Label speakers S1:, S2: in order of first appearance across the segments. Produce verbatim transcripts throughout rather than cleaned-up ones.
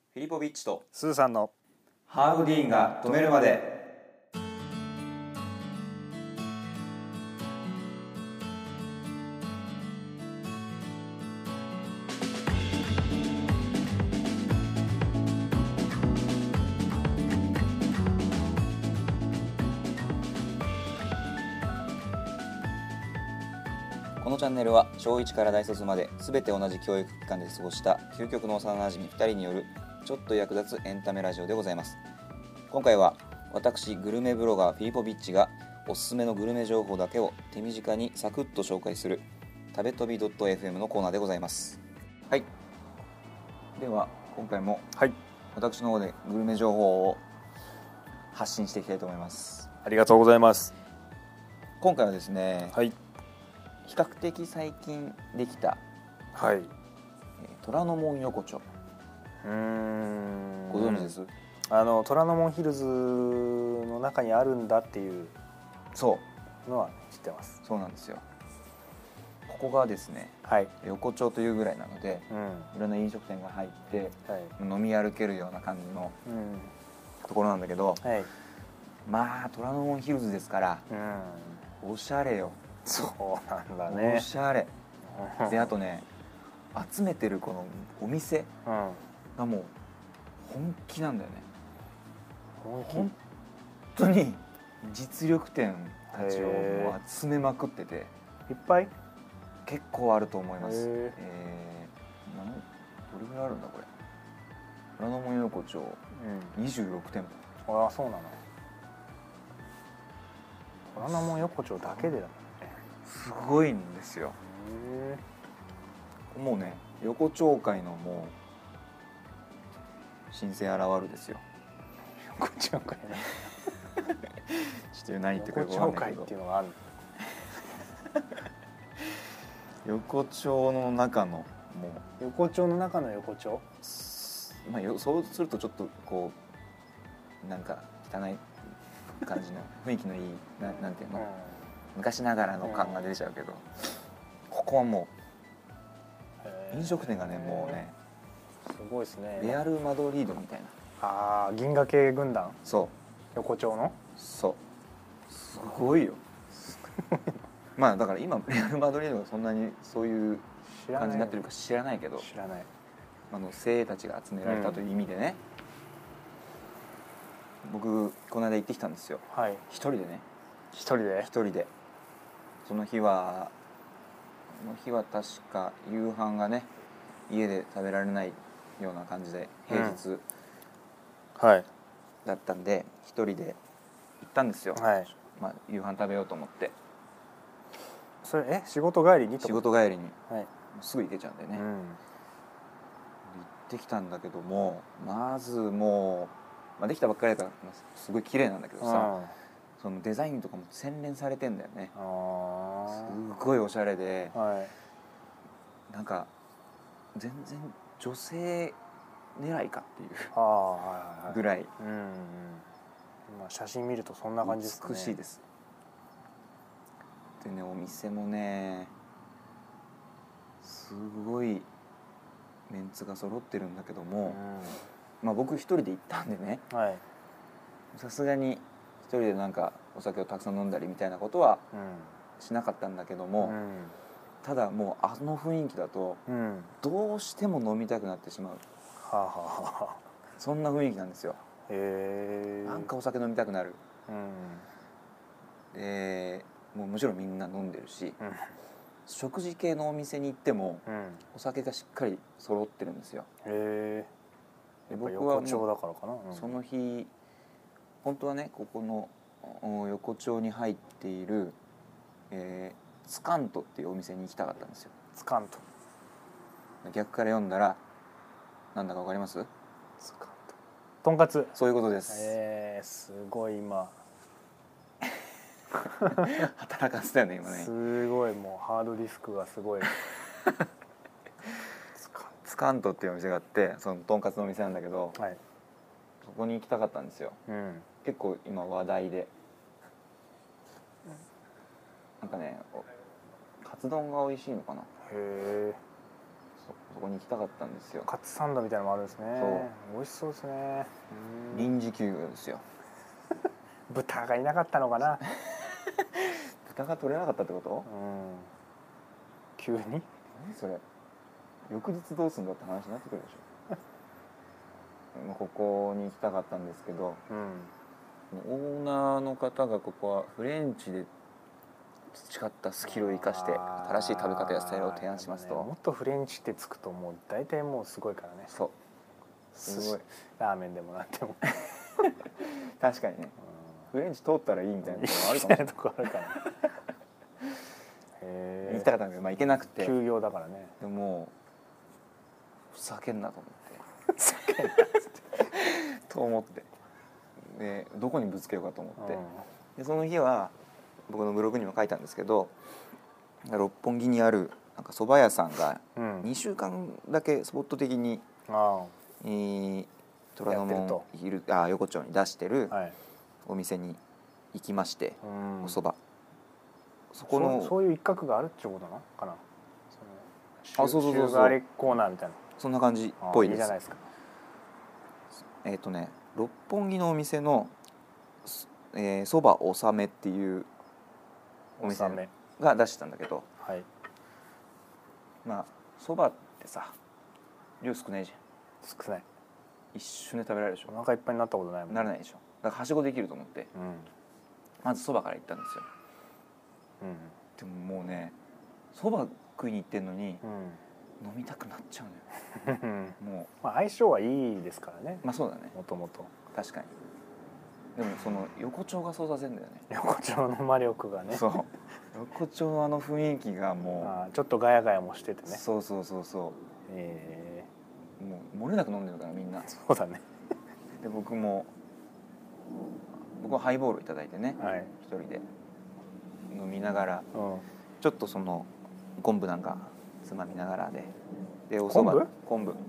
S1: フィリポビッチと
S2: スーさんの
S1: ハーフディーンが止めるまで。このチャンネルは小いちから大卒まで全て同じ教育機関で過ごした究極の幼なじみふたりによるちょっと役立つエンタメラジオでございます。今回は私グルメブロガーフィリポビッチがおすすめのグルメ情報だけを手短にサクッと紹介する食べ飛び .fm のコーナーでございます。はい、では今回も
S2: はい
S1: 私の方でグルメ情報を発信していきたいと思います。
S2: ありがとうございます。
S1: 今回はですね、
S2: はい
S1: 比較的最近できた
S2: はい。
S1: えー虎ノ門横丁、
S2: うーん
S1: ご存知です？
S2: あの虎ノ門ヒルズの中にあるんだっていう
S1: そう
S2: のは知ってます。
S1: そうなんですよ。ここがですね
S2: はい。
S1: 横丁というぐらいなので
S2: うん。
S1: いろんな飲食店が入って
S2: はい。
S1: 飲み歩けるような感じの
S2: うん。
S1: ところなんだけど、
S2: はい。
S1: まあ虎ノ門ヒルズですから
S2: うん。
S1: おしゃれよ。
S2: そうなんだね。
S1: おしゃれで、あとね集めてるこのお店
S2: うん。
S1: がもう本気なんだよね。
S2: 本
S1: 本当に実力店たちをもう集めまくってて
S2: いっぱい？
S1: 結構あると思います。
S2: へー
S1: えー、なんどれぐらいあるんだこれ。虎ノ門横丁
S2: うん。
S1: にじゅうろく店舗。
S2: ああそうなの。虎ノ門横丁だけでだもんね。
S1: すごいんですよ。
S2: へ
S1: もうね横丁界のもう神聖現るですよ。
S2: え。横丁会ね。
S1: ちょっと何言ってくる
S2: 横
S1: か分かんないけど
S2: 丁会っていうのがある。
S1: 横丁の中のも
S2: 横丁の中の横丁？
S1: う、まあ、よそうするとちょっとこうなんか汚い感じの雰囲気のいい な, なんていうの、
S2: うん。
S1: 昔ながらの感が出ちゃうけど、ここはもう飲食店がねもうね
S2: すごいですね。
S1: レアル・マドリードみたいな。
S2: ああ銀河系軍団
S1: そう
S2: 横丁の
S1: そうすごいよ。まあだから今レアル・マドリードがそんなにそういう
S2: 知らない
S1: 感じになってるか知らないけど、
S2: 知らない
S1: あの精鋭たちが集められたという意味でね、うん、僕この間行ってきたんですよ。
S2: はい
S1: 一人でね
S2: 一人で
S1: 一人でその日はその日は確か夕飯がね家で食べられないような感じで平日、うん
S2: はい
S1: だったんで一人で行ったんですよ。
S2: はい
S1: まあ、夕飯食べようと思って
S2: それえ仕事帰りにと
S1: 仕事帰りに
S2: はい
S1: すぐ行けちゃうんでね、
S2: うん
S1: 行ってきたんだけどもまずもう、まあ、できたばっかりだからすごい綺麗なんだけどさ、そのデザインとかも洗練されてんだよね。
S2: あ
S1: すごいおしゃれで、
S2: はい
S1: なんか全然女性狙いかっていう
S2: ああはいはい
S1: ぐらい
S2: うんうんまあ写真見るとそんな感じですね。
S1: 美しいです。でねお店もねすごいメンツが揃ってるんだけども、
S2: う
S1: まあ僕一人で行ったんでね
S2: んはい
S1: さすがに一人でなんかお酒をたくさん飲んだりみたいなことは
S2: うん
S1: しなかったんだけども、
S2: うん
S1: ただもうあの雰囲気だと
S2: うん
S1: どうしても飲みたくなってしまう、
S2: はあはあはあ
S1: そんな雰囲気なんですよ。
S2: へえ
S1: なんかお酒飲みたくなる。
S2: うん
S1: でもうもちろんみんな飲んでるし、
S2: うん
S1: 食事系のお店に行っても
S2: うん
S1: お酒がしっかり揃ってるんですよ。
S2: へえ
S1: で僕は
S2: 横丁
S1: も
S2: だからかな、
S1: うその日本当はねここのお横丁に入っている、えーツカントっていうお店に行きたかったんですよ。
S2: つかんと
S1: 逆から読んだらなんだかわかります？
S2: つかんととんかつ。
S1: そういうことです。
S2: えー、すごい今
S1: 働かせたよね今ね。
S2: すごいもうハードディスクがすごいつかん
S1: ツカントっていうお店があってそのとんかつのお店なんだけど、
S2: はい
S1: そこに行きたかったんですよ。
S2: うん
S1: 結構今話題でなんかねおカツ丼が美味しいのかな。
S2: へえ
S1: そそ, そこに行きたかったんですよ。
S2: カツサンドみたいなのもあるんですね。美味しそうですね。
S1: 臨時休業ですよ。
S2: 豚がいなかったのかな。
S1: 豚が取れなかったってこと？うん、
S2: 急に？
S1: 何それ、翌日どうすんだって話になってくるでしょ。ここに行きたかったんですけど、うん、オーナーの方がここはフレンチで培ったスキルを生かして新しい食べ方やスタイルを提案しますと、ね、
S2: もっとフレンチってつくともう大体もうすごいからね。
S1: そうすごい、
S2: ラーメンでもなんでも
S1: 確かにね、フレンチ通ったらいいみたいなところあるかもしれない。とこあるからへ行きたかったんだけど、まあ、行けなくて
S2: 休業だからね。
S1: でもふざけんなと思って
S2: ふざけんな
S1: と思ってでどこにぶつけようかと思って、
S2: うん、
S1: でその日は僕のブログにも書いたんですけど、六本木にあるなんか蕎麦屋さんがにしゅうかんだけスポット的に、うん、えー、虎ノ門ヒルあ横丁に出してるお店に行きまして、はい、お蕎麦そこの
S2: そ, そういう一角があるってことなのかな。
S1: そのあそうそうそうそう
S2: 週替わりコーナーみたいな、そ
S1: んな感じっぽいです。
S2: いいじゃないですか。
S1: えっ、ー、とね六本木のお店のえー、蕎麦納めっていうお店が出してたんだけど、はい、まあ蕎麦ってさ量少ないじゃん。
S2: 少ない。 一
S1: 瞬で食べられるでしょ。
S2: お腹いっぱいになったことないもん。
S1: ならないでしょ。だからはしごできると思って、うん、まず蕎麦から行ったんですよ、うん、でももうね蕎麦食いに行ってんのに、うん、飲みたくなっちゃうのよもう、
S2: まあ、相性はいいですからね。
S1: まあそうだね、
S2: もともと
S1: 確かに。でもその横丁がそうさせんだよね。
S2: 横丁の魔力がね。
S1: そう横丁のあの雰囲気がもう
S2: あちょっとガヤガヤもしててね。
S1: そうそうそうそう、えー、もう漏れなく飲んでるからみんな。
S2: そうだね。
S1: で僕も僕はハイボールいただいてね、はい、一人で飲みながら、うん、ちょっとその昆布なんかつまみながらででおそば昆布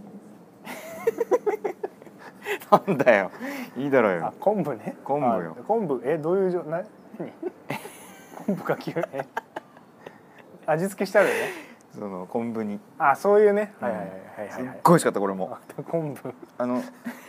S1: なんだよ、いいだろうよ。
S2: あ、昆布ね。
S1: 昆布よ。
S2: 昆布、え、どういうじょ、な、何？昆布かきゅう、え、味付けしてあるよね。
S1: その昆布に。
S2: あ、そういうね。はいはいはいはいはい。
S1: すっごい美味しかったこれも。
S2: 昆布。
S1: あの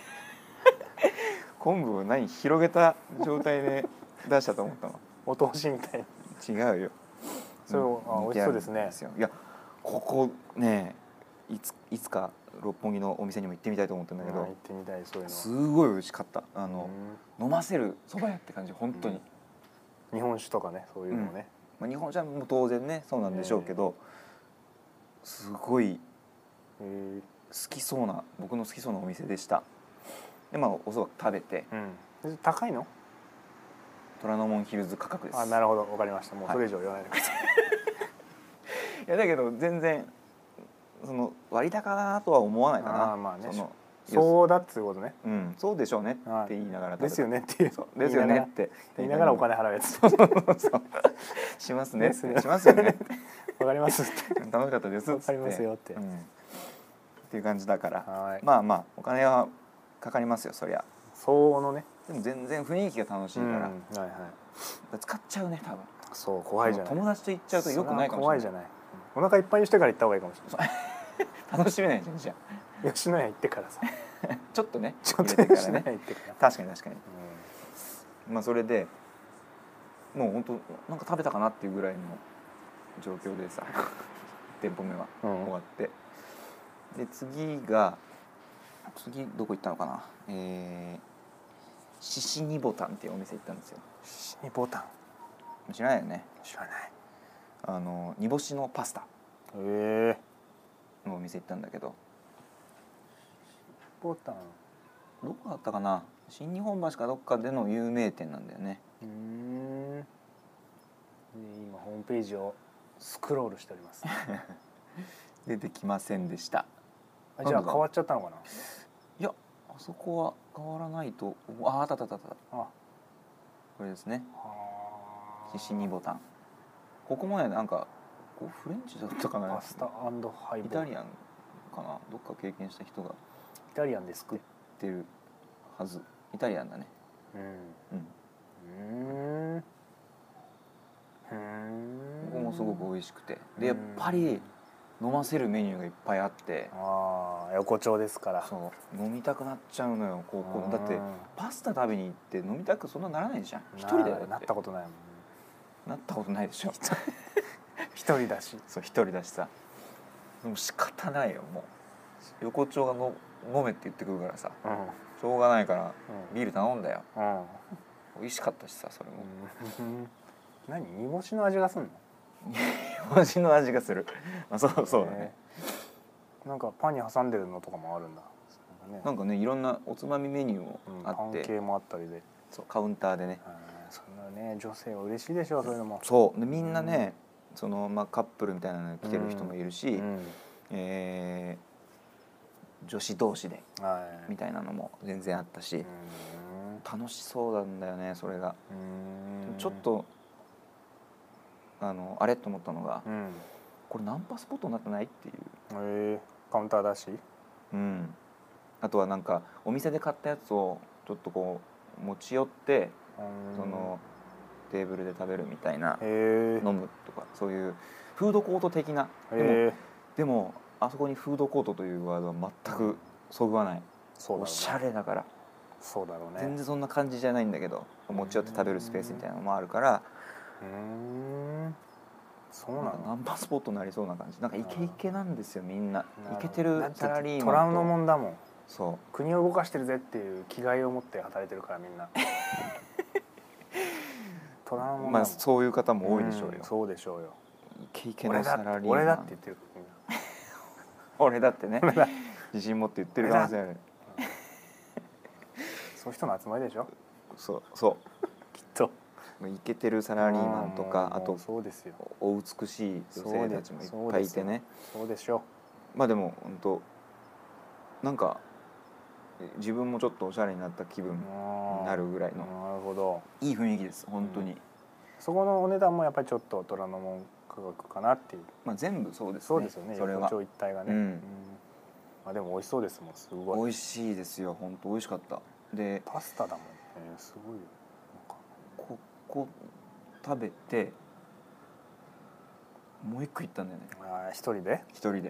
S1: 昆布を何広げた状態で出したと思ったの。
S2: お通しみたい
S1: な。違うよ。
S2: それを、あ、美味しそうですね。
S1: いや、ここね、いついつか。六本木のお店にも行ってみたいと思ってるんだけど、行ってみたい、そういうのすごい美味しかった。あの飲ませる蕎麦屋って感じ、本当に、
S2: うん、日本酒とかね、そういうのね、
S1: うん、まあ、日本酒はもう当然ねそうなんでしょうけど、すごい好きそうな、僕の好きそうなお店でした。でまあお蕎麦食べて、
S2: うん、高いの？
S1: 虎ノ門ヒルズ価格です。
S2: あ、なるほど、わかりました。もうそれ以上言わないでください。
S1: いやだけど全然その割高だなとは思わないかな。
S2: あ、まあね、
S1: その
S2: そうだっつうことね。
S1: うん、そうでしょうねって言いながら、
S2: ですよねっていう、
S1: ですよねって
S2: 言いながらお金払うやつ。
S1: そうそうそうしますね、しますよね。
S2: わかりますって。
S1: 楽しかったです。わ
S2: かりますよって。
S1: っていう感じだから、まあまあお金はかかりますよ、そりゃ。
S2: 相応のね。
S1: でも全然雰囲気が楽しいから、使っちゃうね多分。
S2: そう、怖いじゃない。
S1: 友達と行っちゃうとよくないかもしれない。
S2: 怖いじゃない。お腹いっぱいにしてから行った方がいいかもしれない。
S1: 楽しめないじゃんじゃ
S2: あ。吉野家行ってからさ。
S1: ちょっとね。
S2: ちょっとね。吉野家行ってから。
S1: 確かに確かに。うん、まあそれでもう本当なんか食べたかなっていうぐらいの状況でさ、店舗目は終わって、うん、で次が次どこ行ったのかな。えー、ししにボタンっていうお店行ったんですよ。
S2: ししにボタン。
S1: 知らないよね。
S2: 知らない。
S1: あの煮干しのパスタ。へ
S2: え。
S1: のお店行ったんだけど、
S2: ボタン
S1: どこだったかな、新日本橋かどっかでの有名店なんだよね。うーん、
S2: 今ホームページをスクロールしております。
S1: 出てきませんでした。
S2: あ、じゃあ変わっちゃったのかな。
S1: いや、あそこは変わらないと。あ、あったあったあった。あ、これですね。ししにボタン。ここもね、なんかこうフレンチだったかな、
S2: パスタ&ハイボール、
S1: イタリアンかな、どっか経験した人が
S2: イタリアンで
S1: 作ってるはず。イタリアンだね。うんうん。ここもすごく美味しくて、でやっぱり飲ませるメニューがいっぱいあって、
S2: ああ横丁ですから。
S1: そう飲みたくなっちゃうのよ。こうこうだって
S2: うん
S1: パスタ食べに行って飲みたくそんなならないじゃん。一人だよ。だって
S2: なったことないもん。
S1: なったことないでしょ。
S2: 一人だし。
S1: そう一人だしさ。でも仕方ないよもう。横丁がの飲めって言ってくるからさ、
S2: うん
S1: しょうがないから
S2: うん
S1: ビール頼んだよ。
S2: うん
S1: 美味しかったしさそれも。
S2: うん何煮干しの味がすんの？
S1: 煮干しの味がする。あそうそうだね。
S2: えーなんかパンに挟んでるのとかもあるんだ。なんかね、
S1: なんかねいろんなおつまみメニューも
S2: うん
S1: あって、
S2: パン系もあったりで、
S1: そうカウンターでね。
S2: あーそんなね女性は嬉しいでしょうそういうのも。
S1: そうでみんなね、うん、そのまあカップルみたいなの来てる人もいるし、
S2: うんうん
S1: えー、女子同士で
S2: はい
S1: みたいなのも全然あったし、
S2: うん
S1: 楽しそうなんだよねそれが。
S2: うん
S1: ちょっとあのあれと思ったのが、
S2: うん
S1: これナンパスポットになってないっていう、
S2: えー、カウンターだし、
S1: うん、あとはなんかお店で買ったやつをちょっとこう持ち寄って
S2: うん
S1: そのテーブルで食べるみたいな、
S2: へー
S1: 飲むとかそういうフードコート的な、でも
S2: へー
S1: でもあそこにフードコートというワードは全くそぐわない、
S2: そうだろうね
S1: おしゃれだから
S2: そうだろうね。
S1: 全然そんな感じじゃないんだけど、持ち寄って食べるスペースみたいなのもあるから、
S2: うーんそうな
S1: なんかナ
S2: の。
S1: ンパスポットになりそうな感じ。なんかイケイケなんですよみんな。
S2: なるほど
S1: イケてるサラリーマンと
S2: 虎のもんだもん。
S1: そ
S2: 国を動かしてるぜっていう気概を持って働いてるからみんな虎のもんだもん。
S1: うまあそういう方も多いでしょうよ、
S2: んそうでしょうよ。
S1: イケイケのサラリーマン。
S2: 俺だって言ってるみんな
S1: 俺だってね自信持って言ってる可能性ある。
S2: そういう人の集まりでしょ
S1: そうそう
S2: きっと。
S1: イケてるサラリーマンとか、あと
S2: そうですよ。
S1: お美しい女性たちもいっぱいいてね。
S2: そうでしょ
S1: まあでも本当なんか自分もちょっとおしゃれになった気分になるぐらいの
S2: なるほど
S1: いい雰囲気です本当に、うん、
S2: そこのお値段もやっぱりちょっと虎ノ門価格かなっていう。
S1: まあ全部そうですね。
S2: そうですよね。
S1: それは
S2: 横丁一帯がね、
S1: うん
S2: うん、まあでも美味しそうですもん。すごい
S1: 美味しいですよ本当美味しかった。で
S2: パスタだもんね。すごいよ。なんか
S1: ここ食べてもう一個行ったんだよね。
S2: あ一人で
S1: 一人で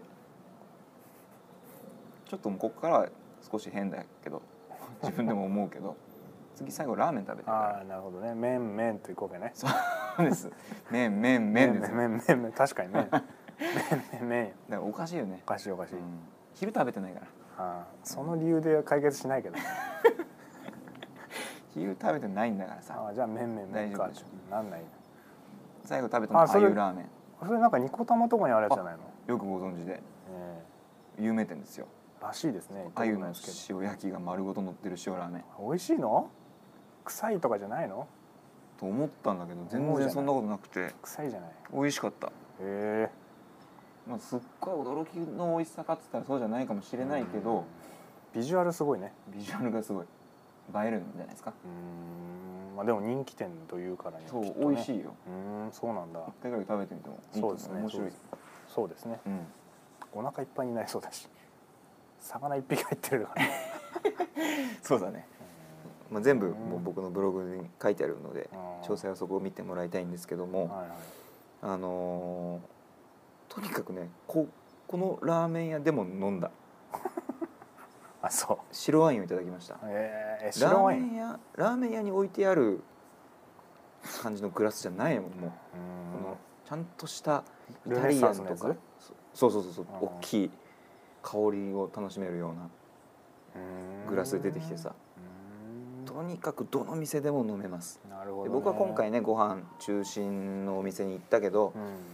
S1: ちょっともうここからは少し変だけど自分でも思うけど次最後ラーメン食べてるから。
S2: ああなるほどね。麺麺といこうけね。
S1: そうです麺麺麺ですよ。
S2: 麺麺麺確かに麺麺麺麺
S1: だからおかしいよね。
S2: おかしいおかしい、
S1: うん、昼食べてないから。
S2: ああその理由で解決しないけど
S1: 昼食べてないんだからさ。
S2: ああじゃあ麺麺麺かなんない。
S1: 最後食べたのはああいうラーメン。
S2: それなんかニコ玉とかにあるやつじゃないの。
S1: よくご存知で、
S2: え
S1: 有名店ですよ。
S2: ー、らしいですね。
S1: あゆの塩焼きが丸ごと乗ってる塩ラーメン。
S2: 美味しいの？臭いとかじゃないの？
S1: と思ったんだけど全然そんなことなくて
S2: 臭いじゃない。
S1: 美味しかった。へ
S2: え。
S1: まあすっごい驚きの美味しさかっつったらそうじゃないかもしれないけど、
S2: ビジュアルすごいね。
S1: ビジュアルがすごい映えるんじゃないですか。
S2: うん。まあでも人気店というからには
S1: そう、
S2: ね、美
S1: 美味しいよ。
S2: うんそうなんだ。
S1: 一回ぐらい食べてみてもいいと思う。
S2: そうですね。
S1: 面白い。
S2: そうですね。
S1: うん。
S2: お腹いっぱいになりそうだし、魚一匹入ってるから、ね。
S1: そうだね。まあ全部もう僕のブログに書いてあるので、詳細はそこを見てもらいたいんですけども、
S2: はいはい、
S1: あのー、とにかくね、ここのラーメン屋でも飲んだ。
S2: あ、そう。
S1: 白ワインをいただきました。
S2: えー、白ワイン。
S1: ラーメン屋、ラーメン屋に置いてある感じのグラスじゃないもん。もうこのちゃんとしたイタリアンとか、そうそうそうそう、大きい香りを楽しめるようなグラスで出てきてさ、とにかくどの店でも飲めます。
S2: なるほどね。
S1: で僕は今回ねご飯中心のお店に行ったけど、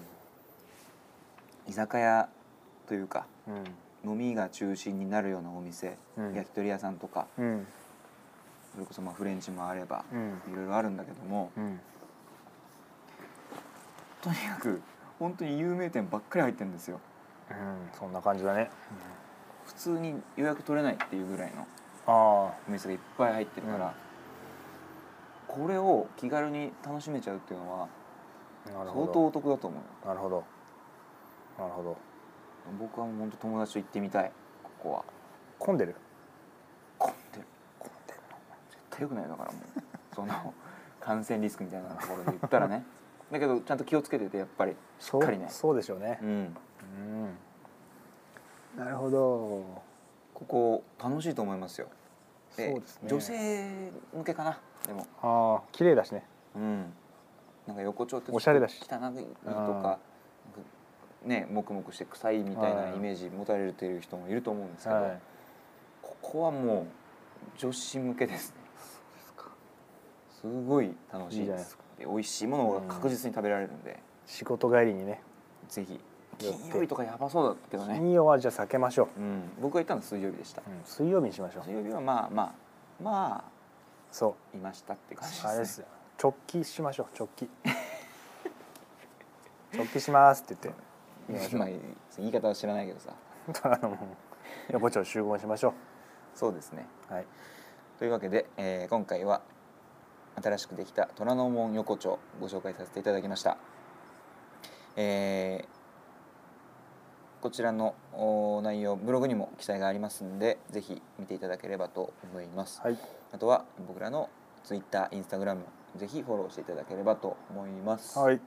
S1: うん、居酒屋というか、うん、飲みが中心になるようなお店、うん、焼き鳥屋さんとか、うん、それこそまあフレンチもあれば、うん、いろいろあるんだけども、うん、とにかく本当に有名店ばっかり入ってるんですよ。
S2: うん、そんな感じだね。うん、
S1: 普通に予約取れないっていうぐらいの
S2: お
S1: 店がいっぱい入ってるから、うん、これを気軽に楽しめちゃうっていうのは相当お得だと思う。
S2: なるほどなるほど。
S1: 僕はもう本当友達と行ってみたい。ここは
S2: 混んでる
S1: 混んでる混んでるの絶対よくない。だからもうその感染リスクみたいなところで言ったらねだけどちゃんと気をつけててやっぱりしっかりね。
S2: そうでしょうね。うん、うん、 なるほど。
S1: ここ楽しいと思いますよ。
S2: そうですね。
S1: 女性向けかな。でも
S2: ああ綺麗だしね。
S1: うんなんか横丁って
S2: おしゃれだし
S1: 汚いとかねもくもくして臭いみたいなイメージ持たれている人もいると思うんですけど、
S2: はい、
S1: ここはもう女子向けですね。すごい楽しいです。
S2: いいじゃないですか。
S1: で美味しいものが確実に食べられるんで、うん、
S2: 仕事帰りにね
S1: ぜひ。金曜日とかやばそうだけどね。
S2: 金曜はじゃあ避けましょう、
S1: うん、僕が行ったのは水曜日でした、
S2: うん、水曜日にしましょう。
S1: 水曜日はまあまあまあ
S2: そう
S1: いましたって感じですね。
S2: あれですよ、直帰しましょう。直帰直帰しますって言って言いましょう。
S1: まあ言い方は知らないけどさ
S2: あの横丁集合しましょう。
S1: そうですね、
S2: はい、
S1: というわけで、えー、今回は新しくできた虎ノ門横丁ご紹介させていただきました。えーこちらの内容ブログにも記載がありますのでぜひ見ていただければと思います、
S2: はい、
S1: あとは僕らの Twitter、Instagram ぜひフォローしていただければと思います、
S2: はい、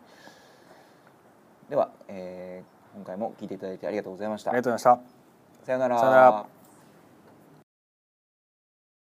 S1: では、えー、今回も聞いていただいてありがとうございました。
S2: ありがとうございました。
S1: さようなら。
S2: さよなら。